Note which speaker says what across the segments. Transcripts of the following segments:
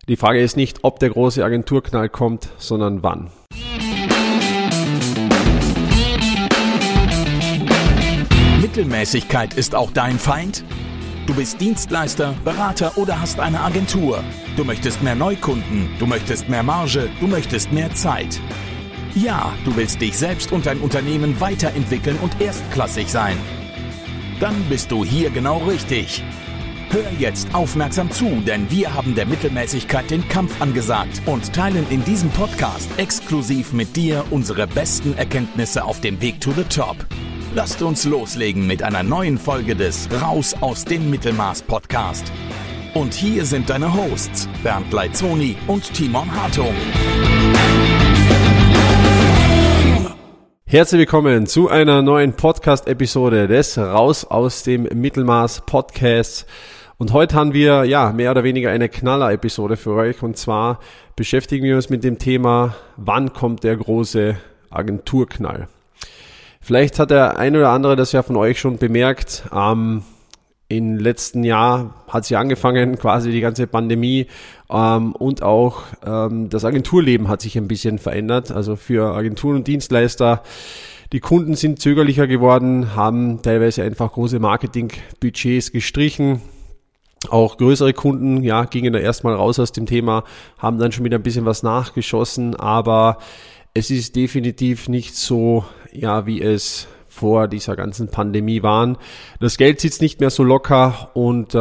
Speaker 1: Die Frage ist nicht, ob der große Agenturknall kommt, sondern wann.
Speaker 2: Mittelmäßigkeit ist auch dein Feind? Du bist Dienstleister, Berater oder hast eine Agentur. Du möchtest mehr Neukunden, du möchtest mehr Marge, du möchtest mehr Zeit. Ja, du willst dich selbst und dein Unternehmen weiterentwickeln und erstklassig sein. Dann bist du hier genau richtig. Hör jetzt aufmerksam zu, denn wir haben der Mittelmäßigkeit den Kampf angesagt und teilen in diesem Podcast exklusiv mit dir unsere besten Erkenntnisse auf dem Weg to the Top. Lasst uns loslegen mit einer neuen Folge des Raus aus dem Mittelmaß Podcast. Und hier sind deine Hosts Bernd Leitzoni und Timon Hartung.
Speaker 1: Herzlich willkommen zu einer neuen Podcast-Episode des Raus aus dem Mittelmaß Podcasts. Und heute haben wir mehr oder weniger eine Knaller-Episode für euch. Und zwar beschäftigen wir uns mit dem Thema, wann kommt der große Agenturknall? Vielleicht hat der ein oder andere das ja von euch schon bemerkt. Im letzten Jahr hat sie angefangen, quasi die ganze Pandemie, und auch das Agenturleben hat sich ein bisschen verändert. Also für Agenturen und Dienstleister, die Kunden sind zögerlicher geworden, haben teilweise einfach große Marketingbudgets gestrichen. Auch größere Kunden, gingen da erstmal raus aus dem Thema, haben dann schon wieder ein bisschen was nachgeschossen, aber es ist definitiv nicht so, wie es vor dieser ganzen Pandemie waren. Das Geld sitzt nicht mehr so locker und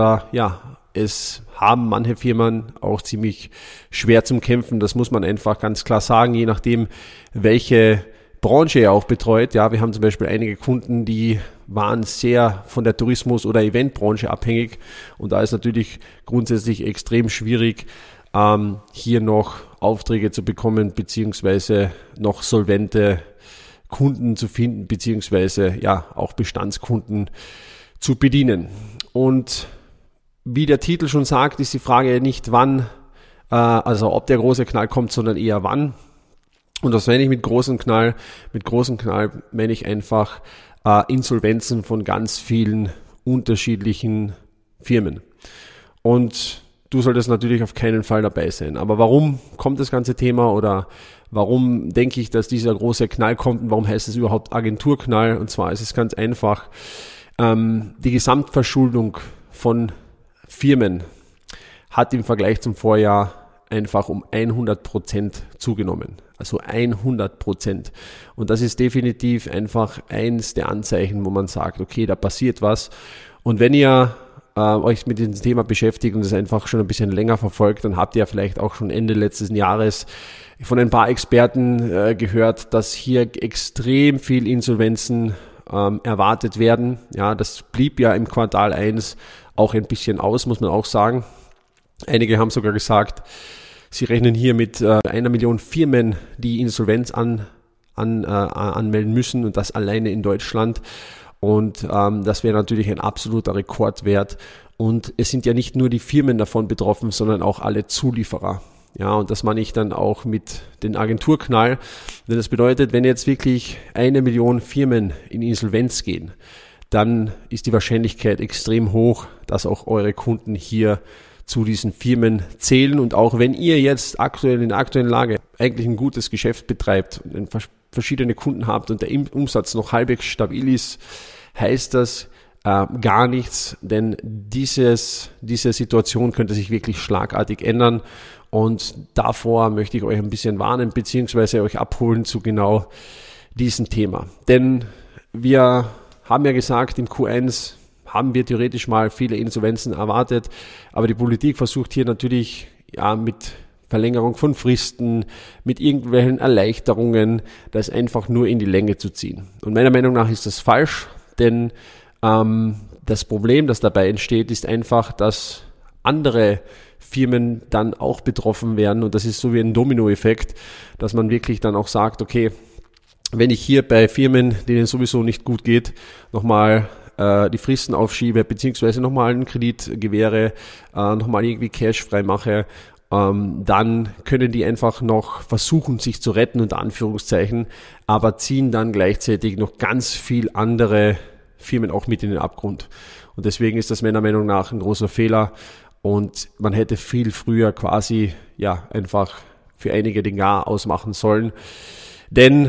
Speaker 1: es haben manche Firmen auch ziemlich schwer zum Kämpfen. Das muss man einfach ganz klar sagen, je nachdem, welche Branche er auch betreut. Ja, wir haben zum Beispiel einige Kunden, die waren sehr von der Tourismus- oder Eventbranche abhängig und da ist natürlich grundsätzlich extrem schwierig, hier noch Aufträge zu bekommen, beziehungsweise noch solvente Kunden zu finden, beziehungsweise auch Bestandskunden zu bedienen. Und wie der Titel schon sagt, ist die Frage nicht wann, also ob der große Knall kommt, sondern eher wann. Und was meine ich mit großem Knall? Mit großem Knall meine ich einfach Insolvenzen von ganz vielen unterschiedlichen Firmen. Und du solltest natürlich auf keinen Fall dabei sein. Aber warum kommt das ganze Thema oder warum denke ich, dass dieser große Knall kommt und warum heißt es überhaupt Agenturknall? Und zwar ist es ganz einfach, die Gesamtverschuldung von Firmen hat im Vergleich zum Vorjahr einfach um 100% zugenommen. Also 100%. Und das ist definitiv einfach eins der Anzeichen, wo man sagt, okay, da passiert was. Und wenn ihr euch mit diesem Thema beschäftigt und es einfach schon ein bisschen länger verfolgt, dann habt ihr vielleicht auch schon Ende letzten Jahres von ein paar Experten gehört, dass hier extrem viel Insolvenzen erwartet werden. Ja, das blieb ja im Quartal 1 auch ein bisschen aus, muss man auch sagen. Einige haben sogar gesagt, sie rechnen hier mit 1 Million Firmen, die Insolvenz anmelden müssen und das alleine in Deutschland. Und das wäre natürlich ein absoluter Rekordwert. Und es sind ja nicht nur die Firmen davon betroffen, sondern auch alle Zulieferer. Ja, und das meine ich dann auch mit dem Agenturknall. Denn das bedeutet, wenn jetzt wirklich 1 Million Firmen in Insolvenz gehen, dann ist die Wahrscheinlichkeit extrem hoch, dass auch eure Kunden hier zu diesen Firmen zählen. Und auch wenn ihr jetzt in der aktuellen Lage eigentlich ein gutes Geschäft betreibt und verschiedene Kunden habt und der Umsatz noch halbwegs stabil ist, heißt das gar nichts, denn diese Situation könnte sich wirklich schlagartig ändern. Und davor möchte ich euch ein bisschen warnen, beziehungsweise euch abholen zu genau diesem Thema. Denn wir haben ja gesagt, im Q1 haben wir theoretisch mal viele Insolvenzen erwartet, aber die Politik versucht hier natürlich mit Verlängerung von Fristen, mit irgendwelchen Erleichterungen, das einfach nur in die Länge zu ziehen. Und meiner Meinung nach ist das falsch, denn das Problem, das dabei entsteht, ist einfach, dass andere Firmen dann auch betroffen werden und das ist so wie ein Dominoeffekt, dass man wirklich dann auch sagt, okay, wenn ich hier bei Firmen, denen sowieso nicht gut geht, nochmal die Fristen aufschiebe, beziehungsweise nochmal einen Kredit gewähre, nochmal irgendwie Cash frei mache, dann können die einfach noch versuchen, sich zu retten, unter Anführungszeichen, aber ziehen dann gleichzeitig noch ganz viel andere Firmen auch mit in den Abgrund. Und deswegen ist das meiner Meinung nach ein großer Fehler. und man hätte viel früher quasi ja einfach für einige den Jahr ausmachen sollen. Denn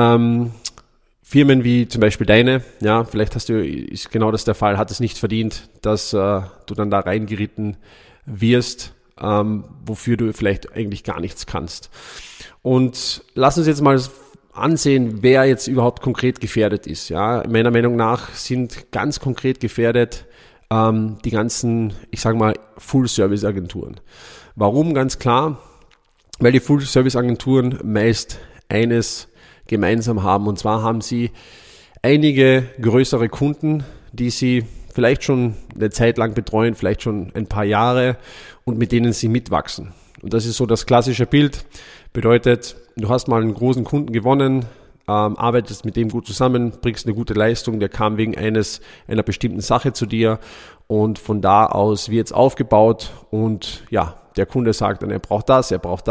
Speaker 1: Firmen wie zum Beispiel deine, ja, vielleicht ist genau das der Fall, hat es nicht verdient, dass du dann da reingeritten wirst, wofür du vielleicht eigentlich gar nichts kannst. Und lass uns jetzt mal ansehen, wer jetzt überhaupt konkret gefährdet ist. Ja, meiner Meinung nach sind ganz konkret gefährdet die ganzen, ich sage mal, Full-Service-Agenturen. Warum? Ganz klar, weil die Full-Service-Agenturen meist eines gemeinsam haben. Und zwar haben sie einige größere Kunden, die sie vielleicht schon eine Zeit lang betreuen, vielleicht schon ein paar Jahre und mit denen sie mitwachsen. Und das ist so das klassische Bild. Bedeutet, du hast mal einen großen Kunden gewonnen, arbeitest mit dem gut zusammen, bringst eine gute Leistung, der kam wegen einer bestimmten Sache zu dir und von da aus wird es aufgebaut und ja, der Kunde sagt dann, er braucht das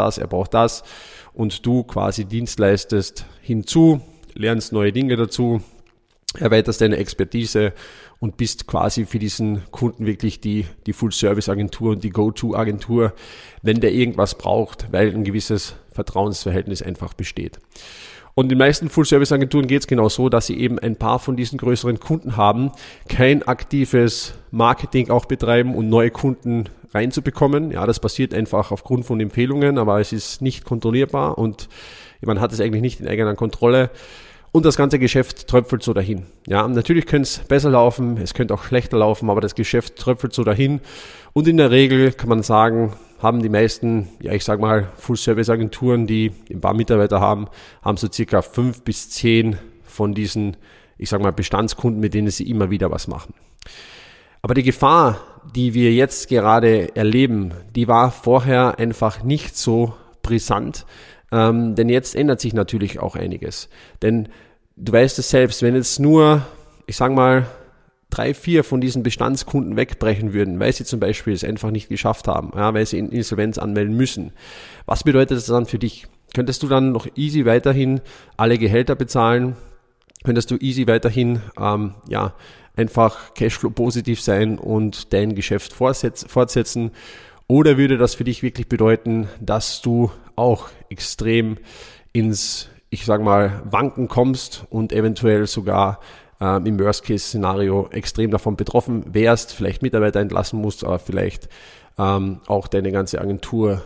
Speaker 1: und du quasi Dienst leistest hinzu, lernst neue Dinge dazu, erweiterst deine Expertise und bist quasi für diesen Kunden wirklich die Full-Service-Agentur und die Go-To-Agentur, wenn der irgendwas braucht, weil ein gewisses Vertrauensverhältnis einfach besteht. Und in den meisten Full-Service-Agenturen geht es genau so, dass sie eben ein paar von diesen größeren Kunden haben, kein aktives Marketing auch betreiben und neue Kunden reinzubekommen. Ja, das passiert einfach aufgrund von Empfehlungen, aber es ist nicht kontrollierbar und man hat es eigentlich nicht in eigener Kontrolle. Und das ganze Geschäft tröpfelt so dahin. Ja, natürlich könnte es besser laufen, es könnte auch schlechter laufen, aber das Geschäft tröpfelt so dahin. Und in der Regel kann man sagen, haben die meisten, ja ich sag mal, Full-Service-Agenturen, die ein paar Mitarbeiter haben so circa 5 bis 10 von diesen, ich sag mal, Bestandskunden, mit denen sie immer wieder was machen. Aber die Gefahr, die wir jetzt gerade erleben, die war vorher einfach nicht so brisant, denn jetzt ändert sich natürlich auch einiges. Denn du weißt es selbst, wenn jetzt nur, ich sag mal, 3, 4 von diesen Bestandskunden wegbrechen würden, weil sie zum Beispiel es einfach nicht geschafft haben, ja, weil sie in Insolvenz anmelden müssen. Was bedeutet das dann für dich? Könntest du dann noch easy weiterhin alle Gehälter bezahlen? Könntest du easy weiterhin einfach Cashflow positiv sein und dein Geschäft fortsetzen? Oder würde das für dich wirklich bedeuten, dass du auch extrem ins, ich sag mal, Wanken kommst und eventuell sogar im Worst-Case-Szenario extrem davon betroffen wärst, vielleicht Mitarbeiter entlassen musst, aber vielleicht auch deine ganze Agentur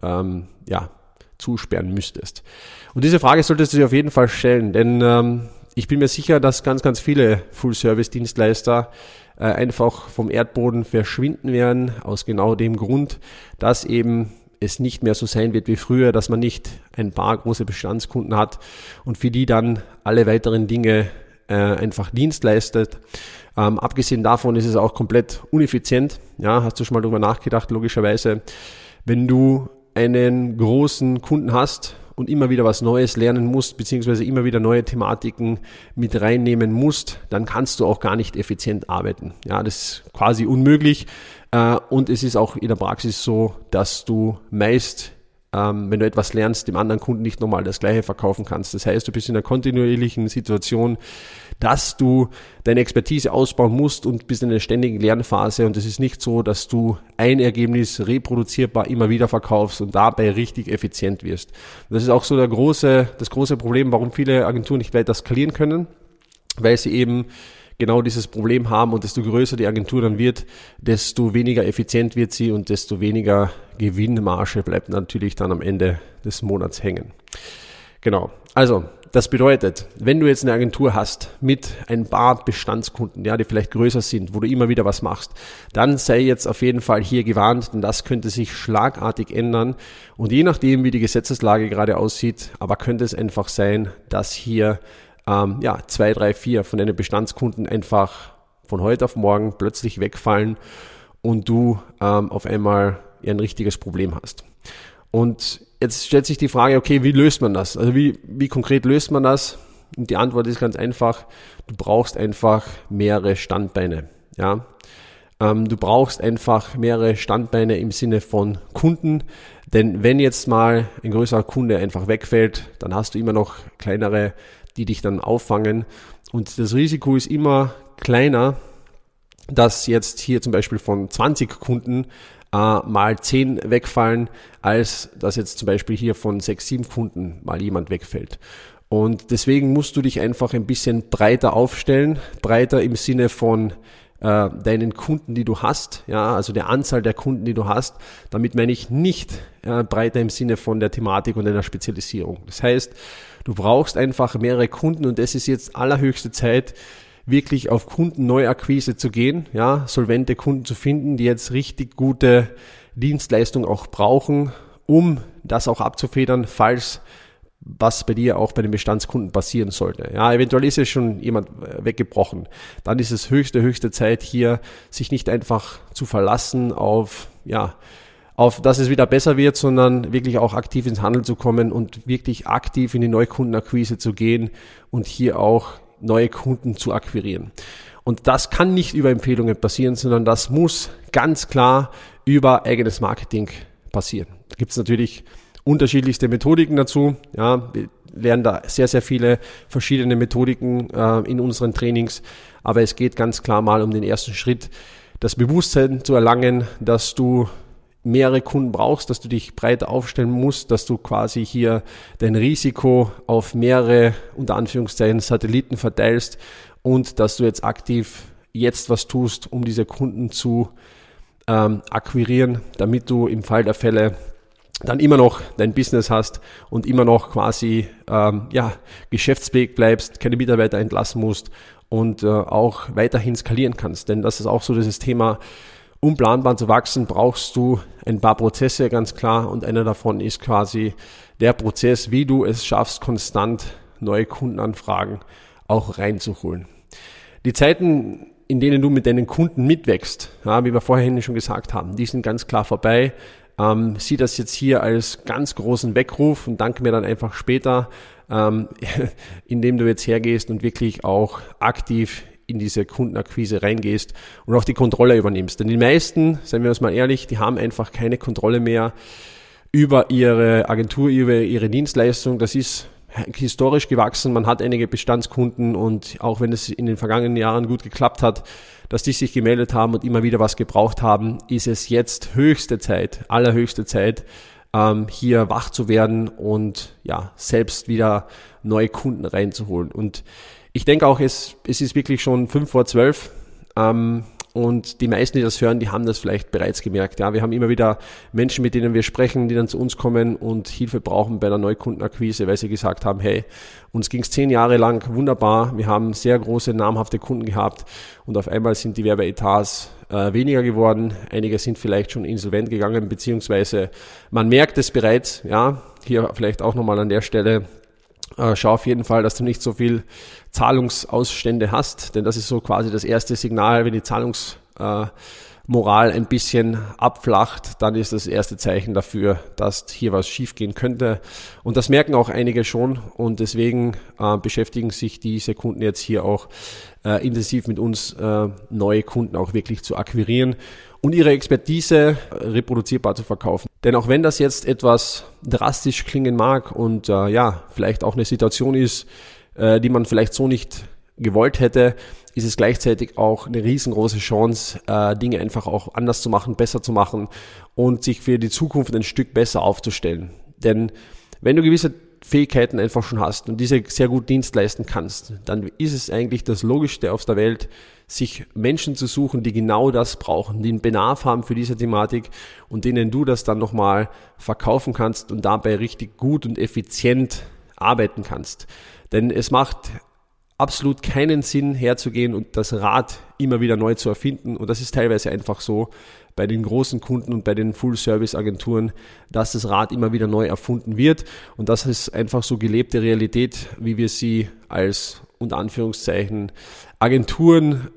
Speaker 1: zusperren müsstest? Und diese Frage solltest du dir auf jeden Fall stellen, denn ich bin mir sicher, dass ganz, ganz viele Full-Service-Dienstleister einfach vom Erdboden verschwinden werden, aus genau dem Grund, dass eben es nicht mehr so sein wird wie früher, dass man nicht ein paar große Bestandskunden hat und für die dann alle weiteren Dinge einfach Dienst leistet. Abgesehen davon ist es auch komplett ineffizient. Ja, hast du schon mal drüber nachgedacht, logischerweise, wenn du einen großen Kunden hast und immer wieder was Neues lernen musst, beziehungsweise immer wieder neue Thematiken mit reinnehmen musst, dann kannst du auch gar nicht effizient arbeiten. Ja, das ist quasi unmöglich. Und es ist auch in der Praxis so, dass du meist, wenn du etwas lernst, dem anderen Kunden nicht nochmal das Gleiche verkaufen kannst. Das heißt, du bist in einer kontinuierlichen Situation, dass du deine Expertise ausbauen musst und bist in einer ständigen Lernphase. Und es ist nicht so, dass du ein Ergebnis reproduzierbar immer wieder verkaufst und dabei richtig effizient wirst. Und das ist auch so das große Problem, warum viele Agenturen nicht weiter skalieren können, weil sie eben genau dieses Problem haben und desto größer die Agentur dann wird, desto weniger effizient wird sie und desto weniger Gewinnmarge bleibt natürlich dann am Ende des Monats hängen. Genau, also das bedeutet, wenn du jetzt eine Agentur hast mit ein paar Bestandskunden, ja, die vielleicht größer sind, wo du immer wieder was machst, dann sei jetzt auf jeden Fall hier gewarnt, denn das könnte sich schlagartig ändern und je nachdem, wie die Gesetzeslage gerade aussieht, aber könnte es einfach sein, dass hier 2, 3, 4 von deinen Bestandskunden einfach von heute auf morgen plötzlich wegfallen und du auf einmal ein richtiges Problem hast. Und jetzt stellt sich die Frage, okay, wie löst man das? Also wie konkret löst man das? Und die Antwort ist ganz einfach, du brauchst einfach mehrere Standbeine. Ja? Du brauchst einfach mehrere Standbeine im Sinne von Kunden, denn wenn jetzt mal ein größerer Kunde einfach wegfällt, dann hast du immer noch kleinere, die dich dann auffangen und das Risiko ist immer kleiner, dass jetzt hier zum Beispiel von 20 Kunden mal 10 wegfallen, als dass jetzt zum Beispiel hier von 6, 7 Kunden mal jemand wegfällt. Und deswegen musst du dich einfach ein bisschen breiter aufstellen, breiter im Sinne von deinen Kunden, die du hast, ja, also der Anzahl der Kunden, die du hast. Damit meine ich nicht breiter im Sinne von der Thematik und einer Spezialisierung. Das heißt, du brauchst einfach mehrere Kunden und es ist jetzt allerhöchste Zeit, wirklich auf Kundenneuakquise zu gehen, ja, solvente Kunden zu finden, die jetzt richtig gute Dienstleistung auch brauchen, um das auch abzufedern, falls was bei dir auch bei den Bestandskunden passieren sollte. Ja, eventuell ist jetzt schon jemand weggebrochen. Dann ist es höchste Zeit hier, sich nicht einfach zu verlassen auf dass es wieder besser wird, sondern wirklich auch aktiv ins Handeln zu kommen und wirklich aktiv in die Neukundenakquise zu gehen und hier auch neue Kunden zu akquirieren. Und das kann nicht über Empfehlungen passieren, sondern das muss ganz klar über eigenes Marketing passieren. Da gibt es natürlich unterschiedlichste Methodiken dazu. Ja, wir lernen da sehr, sehr viele verschiedene Methodiken in unseren Trainings, aber es geht ganz klar mal um den ersten Schritt, das Bewusstsein zu erlangen, dass du mehrere Kunden brauchst, dass du dich breiter aufstellen musst, dass du quasi hier dein Risiko auf mehrere, unter Anführungszeichen, Satelliten verteilst und dass du jetzt aktiv was tust, um diese Kunden zu akquirieren, damit du im Fall der Fälle dann immer noch dein Business hast und immer noch quasi geschäftsfähig bleibst, keine Mitarbeiter entlassen musst und auch weiterhin skalieren kannst. Denn das ist auch so dieses Thema, um planbar zu wachsen, brauchst du ein paar Prozesse, ganz klar. Und einer davon ist quasi der Prozess, wie du es schaffst, konstant neue Kundenanfragen auch reinzuholen. Die Zeiten, in denen du mit deinen Kunden mitwächst, ja, wie wir vorhin schon gesagt haben, die sind ganz klar vorbei. Sieh das jetzt hier als ganz großen Weckruf und danke mir dann einfach später, indem du jetzt hergehst und wirklich auch aktiv in diese Kundenakquise reingehst und auch die Kontrolle übernimmst. Denn die meisten, seien wir uns mal ehrlich, die haben einfach keine Kontrolle mehr über ihre Agentur, über ihre Dienstleistung. Das ist historisch gewachsen. Man hat einige Bestandskunden und auch wenn es in den vergangenen Jahren gut geklappt hat, dass die sich gemeldet haben und immer wieder was gebraucht haben, ist es jetzt allerhöchste Zeit, hier wach zu werden und selbst wieder neue Kunden reinzuholen. Und ich denke auch, es ist wirklich schon 11:55 und die meisten, die das hören, die haben das vielleicht bereits gemerkt. Ja, wir haben immer wieder Menschen, mit denen wir sprechen, die dann zu uns kommen und Hilfe brauchen bei der Neukundenakquise, weil sie gesagt haben, hey, uns ging es 10 Jahre lang wunderbar, wir haben sehr große, namhafte Kunden gehabt und auf einmal sind die Werbeetats weniger geworden. Einige sind vielleicht schon insolvent gegangen, beziehungsweise man merkt es bereits. Ja, hier vielleicht auch nochmal an der Stelle, schau auf jeden Fall, dass du nicht so viel Zahlungsausstände hast, denn das ist so quasi das erste Signal, wenn die Zahlungsmoral ein bisschen abflacht, dann ist das erste Zeichen dafür, dass hier was schiefgehen könnte. Und das merken auch einige schon und deswegen beschäftigen sich diese Kunden jetzt hier auch intensiv mit uns, neue Kunden auch wirklich zu akquirieren und ihre Expertise reproduzierbar zu verkaufen. Denn auch wenn das jetzt etwas drastisch klingen mag und vielleicht auch eine Situation ist, die man vielleicht so nicht gewollt hätte, ist es gleichzeitig auch eine riesengroße Chance, Dinge einfach auch anders zu machen, besser zu machen und sich für die Zukunft ein Stück besser aufzustellen. Denn wenn du gewisse Fähigkeiten einfach schon hast und diese sehr gut Dienst leisten kannst, dann ist es eigentlich das Logischste auf der Welt, sich Menschen zu suchen, die genau das brauchen, die einen Bedarf haben für diese Thematik und denen du das dann nochmal verkaufen kannst und dabei richtig gut und effizient arbeiten kannst. Denn es macht absolut keinen Sinn herzugehen und das Rad immer wieder neu zu erfinden. Und das ist teilweise einfach so bei den großen Kunden und bei den Full-Service-Agenturen, dass das Rad immer wieder neu erfunden wird. Und das ist einfach so gelebte Realität, wie wir sie als, unter Anführungszeichen, Agenturen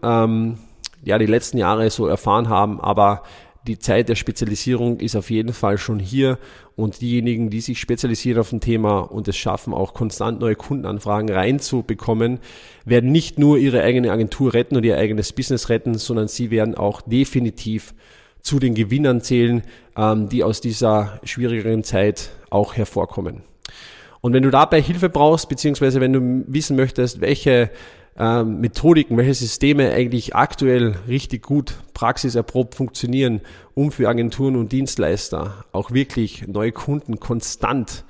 Speaker 1: die letzten Jahre so erfahren haben. Aber die Zeit der Spezialisierung ist auf jeden Fall schon hier und diejenigen, die sich spezialisieren auf ein Thema und es schaffen, auch konstant neue Kundenanfragen reinzubekommen, werden nicht nur ihre eigene Agentur retten und ihr eigenes Business retten, sondern sie werden auch definitiv zu den Gewinnern zählen, die aus dieser schwierigeren Zeit auch hervorkommen. Und wenn du dabei Hilfe brauchst, beziehungsweise wenn du wissen möchtest, welche Methodiken, welche Systeme eigentlich aktuell richtig gut praxiserprobt funktionieren, um für Agenturen und Dienstleister auch wirklich neue Kunden konstant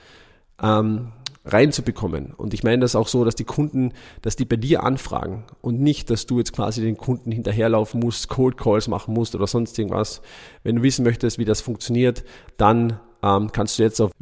Speaker 1: reinzubekommen. Und ich meine das auch so, dass die Kunden, dass die bei dir anfragen und nicht, dass du jetzt quasi den Kunden hinterherlaufen musst, Cold Calls machen musst oder sonst irgendwas. Wenn du wissen möchtest, wie das funktioniert, dann kannst du jetzt auf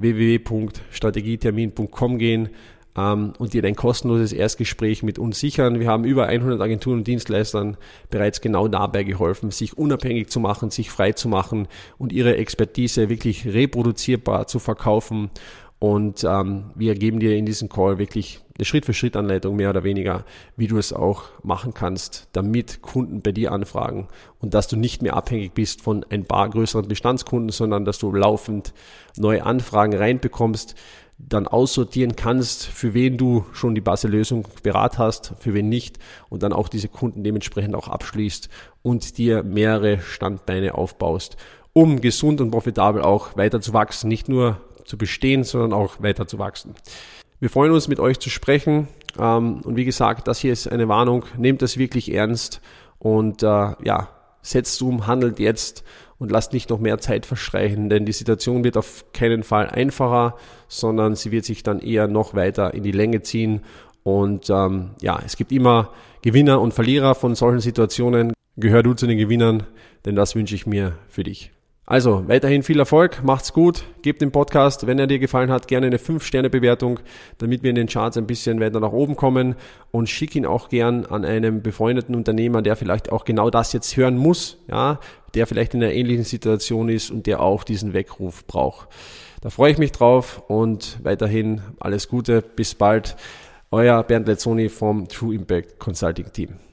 Speaker 1: www.strategietermin.com gehen und dir dein kostenloses Erstgespräch mit uns sichern. Wir haben über 100 Agenturen und Dienstleistern bereits genau dabei geholfen, sich unabhängig zu machen, sich frei zu machen und ihre Expertise wirklich reproduzierbar zu verkaufen. Und wir geben dir in diesem Call wirklich eine Schritt-für-Schritt-Anleitung, mehr oder weniger, wie du es auch machen kannst, damit Kunden bei dir anfragen und dass du nicht mehr abhängig bist von ein paar größeren Bestandskunden, sondern dass du laufend neue Anfragen reinbekommst, dann aussortieren kannst, für wen du schon die Base-Lösung beraten hast, für wen nicht und dann auch diese Kunden dementsprechend auch abschließt und dir mehrere Standbeine aufbaust, um gesund und profitabel auch weiter zu wachsen, nicht nur zu bestehen, sondern auch weiter zu wachsen. Wir freuen uns, mit euch zu sprechen und wie gesagt, das hier ist eine Warnung, nehmt das wirklich ernst und setzt um, handelt jetzt und lasst nicht noch mehr Zeit verstreichen, denn die Situation wird auf keinen Fall einfacher, sondern sie wird sich dann eher noch weiter in die Länge ziehen und es gibt immer Gewinner und Verlierer von solchen Situationen. Gehör du zu den Gewinnern, denn das wünsche ich mir für dich. Also, weiterhin viel Erfolg, macht's gut, gebt dem Podcast, wenn er dir gefallen hat, gerne eine 5-Sterne-Bewertung, damit wir in den Charts ein bisschen weiter nach oben kommen und schick ihn auch gern an einem befreundeten Unternehmer, der vielleicht auch genau das jetzt hören muss, ja, der vielleicht in einer ähnlichen Situation ist und der auch diesen Weckruf braucht. Da freue ich mich drauf und weiterhin alles Gute, bis bald. Euer Bernd Lezzoni vom True Impact Consulting Team.